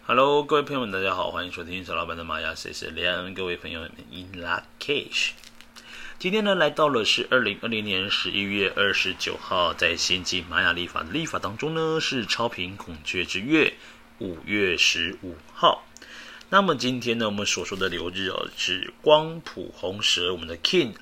Hello，各位朋友们，大家好，欢迎收听小老板的玛雅谁是亮，各位朋友们 in la cage。今天呢，来到了是2020年11月29号，在星际玛雅历法的历法当中呢，是超频孔雀之月5月15号。那么今天呢，我们所说的流日是光谱红蛇，我们的 King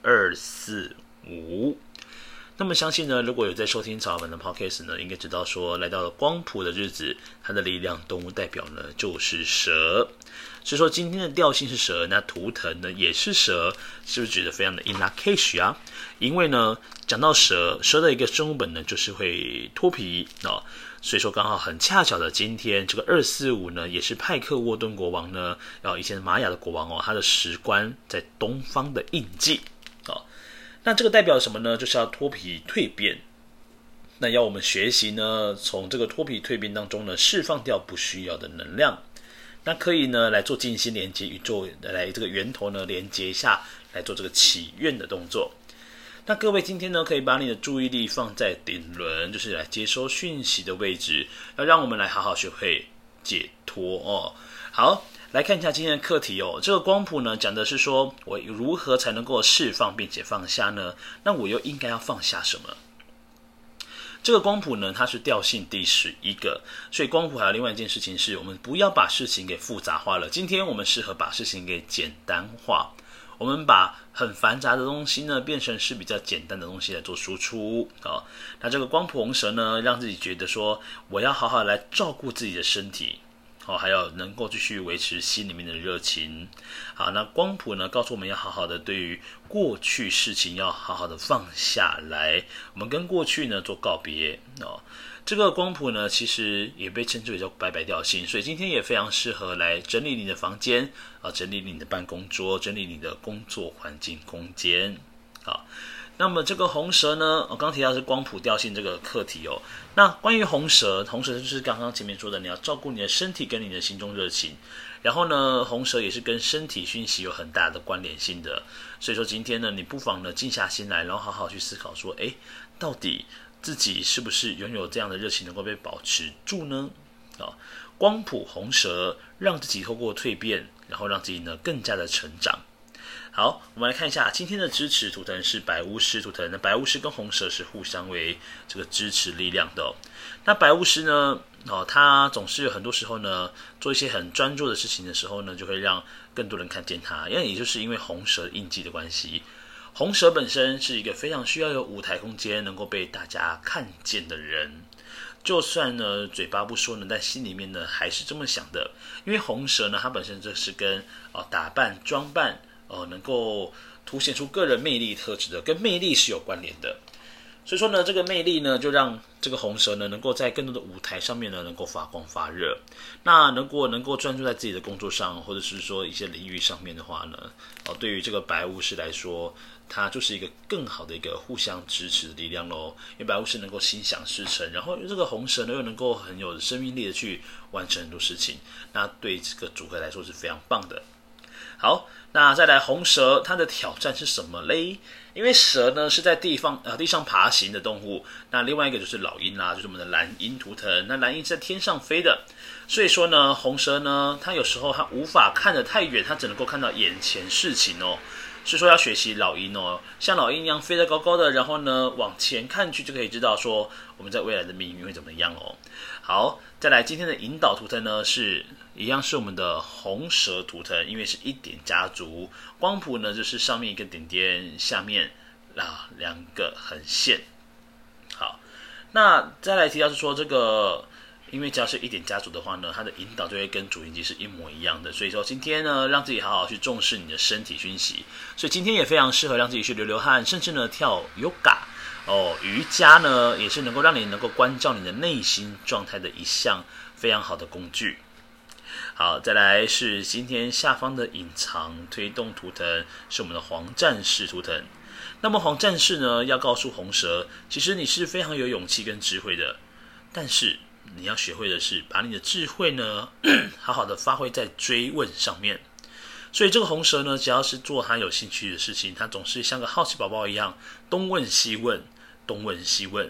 245。那么相信呢，如果有在收听草本的 podcast 呢，应该知道说，来到了光谱的日子，它的力量动物代表呢就是蛇。所以说今天的调性是蛇，那图腾呢也是蛇，是不是觉得非常的 in la cage 啊？因为呢，讲到蛇的一个生物本能就是会脱皮哦，所以说刚好很恰巧的今天这个245呢，也是派克沃顿国王呢，以前玛雅的国王哦，他的石棺在东方的印记哦。那这个代表什么呢？就是要脱皮蜕变。那要我们学习呢，从这个脱皮蜕变当中呢，释放掉不需要的能量。那可以呢来做静心连接宇宙，来这个源头呢连接一下，来做这个祈愿的动作。那各位今天呢，可以把你的注意力放在顶轮，就是来接收讯息的位置，要让我们来好好学会解脱哦。好。来看一下今天的课题哦，这个光谱呢讲的是说我如何才能够释放并且放下呢？那我又应该要放下什么？这个光谱呢，它是调性第11个，所以光谱还有另外一件事情是，我们不要把事情给复杂化了。今天我们适合把事情给简单化，我们把很繁杂的东西呢变成是比较简单的东西来做输出哦。那这个光谱红蛇呢，让自己觉得说我要好好来照顾自己的身体。还有能够继续维持心里面的热情。好，那光谱呢告诉我们要好好的对于过去事情要好好的放下来，我们跟过去呢做告别哦。这个光谱呢其实也被称之为叫白白调性，所以今天也非常适合来整理你的房间整理你的办公桌，整理你的工作环境空间。好。那么这个红蛇呢，我刚提到是光谱调性这个课题哦。那关于红蛇就是刚刚前面说的，你要照顾你的身体跟你的心中热情。然后呢，红蛇也是跟身体讯息有很大的关联性的。所以说今天呢，你不妨呢静下心来，然后好好去思考说，到底自己是不是拥有这样的热情能够被保持住呢？光谱红蛇让自己透过蜕变，然后让自己呢更加的成长。好，我们来看一下今天的支持图腾是白巫师图腾。那白巫师跟红蛇是互相为这个支持力量的那白巫师呢，他总是很多时候呢做一些很专注的事情的时候呢，就会让更多人看见他。也就是因为红蛇印记的关系，红蛇本身是一个非常需要有舞台空间能够被大家看见的人。就算呢嘴巴不说呢，但心里面呢还是这么想的。因为红蛇呢，它本身就是跟打扮装扮能够凸显出个人魅力特质的，跟魅力是有关联的。所以说呢，这个魅力呢，就让这个红蛇呢，能够在更多的舞台上面呢，能够发光发热。那能够专注在自己的工作上，或者是说一些领域上面的话呢，对于这个白巫师来说，它就是一个更好的一个互相支持的力量咯。因为白巫师能够心想事成，然后这个红蛇呢又能够很有生命力的去完成很多事情，那对这个组合来说是非常棒的。好，那再来红蛇，它的挑战是什么嘞？因为蛇呢是在地上爬行的动物，那另外一个就是老鹰啦，就是我们的蓝鹰图腾。那蓝鹰是在天上飞的，所以说呢，红蛇呢，它有时候它无法看得太远，它只能够看到眼前事情哦。所以说要学习老鹰哦，像老鹰一样飞得高高的，然后呢往前看去就可以知道说我们在未来的命运会怎么样哦。好，再来今天的引导图腾呢是一样是我们的红蛇图腾，因为是一点家族，光谱呢就是上面一个点点，下面两个横线。好，那再来提到是说这个。因为只要是一点家族的话呢，它的引导就会跟主印记是一模一样的，所以说今天呢，让自己好好去重视你的身体讯息，所以今天也非常适合让自己去流汗，甚至呢跳 yoga 瑜伽呢也是能够让你能够关照你的内心状态的一项非常好的工具。好，再来是今天下方的隐藏推动图腾是我们的黄战士图腾。那么黄战士呢，要告诉红蛇，其实你是非常有勇气跟智慧的，但是你要学会的是把你的智慧呢好好的发挥在追问上面。所以这个红蛇呢，只要是做他有兴趣的事情，他总是像个好奇宝宝一样，东问西问，东问西问。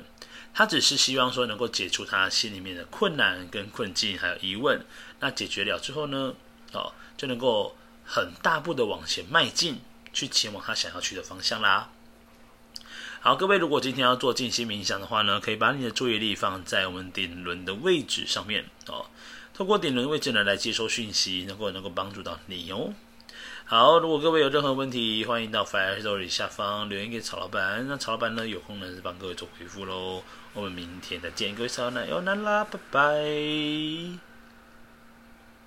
他只是希望说能够解除他心里面的困难跟困境，还有疑问。那解决了之后呢，就能够很大步的往前迈进，去前往他想要去的方向啦。好，各位，如果今天要做静心冥想的话呢，可以把你的注意力放在我们顶轮的位置上面透过顶轮位置呢来接收讯息，能够帮助到你哦。好，如果各位有任何问题，欢迎到 Firstory 下方留言给曹老板。那曹老板呢有空呢是帮各位做回复咯。我们明天再见，各位小奶油男啦，拜拜。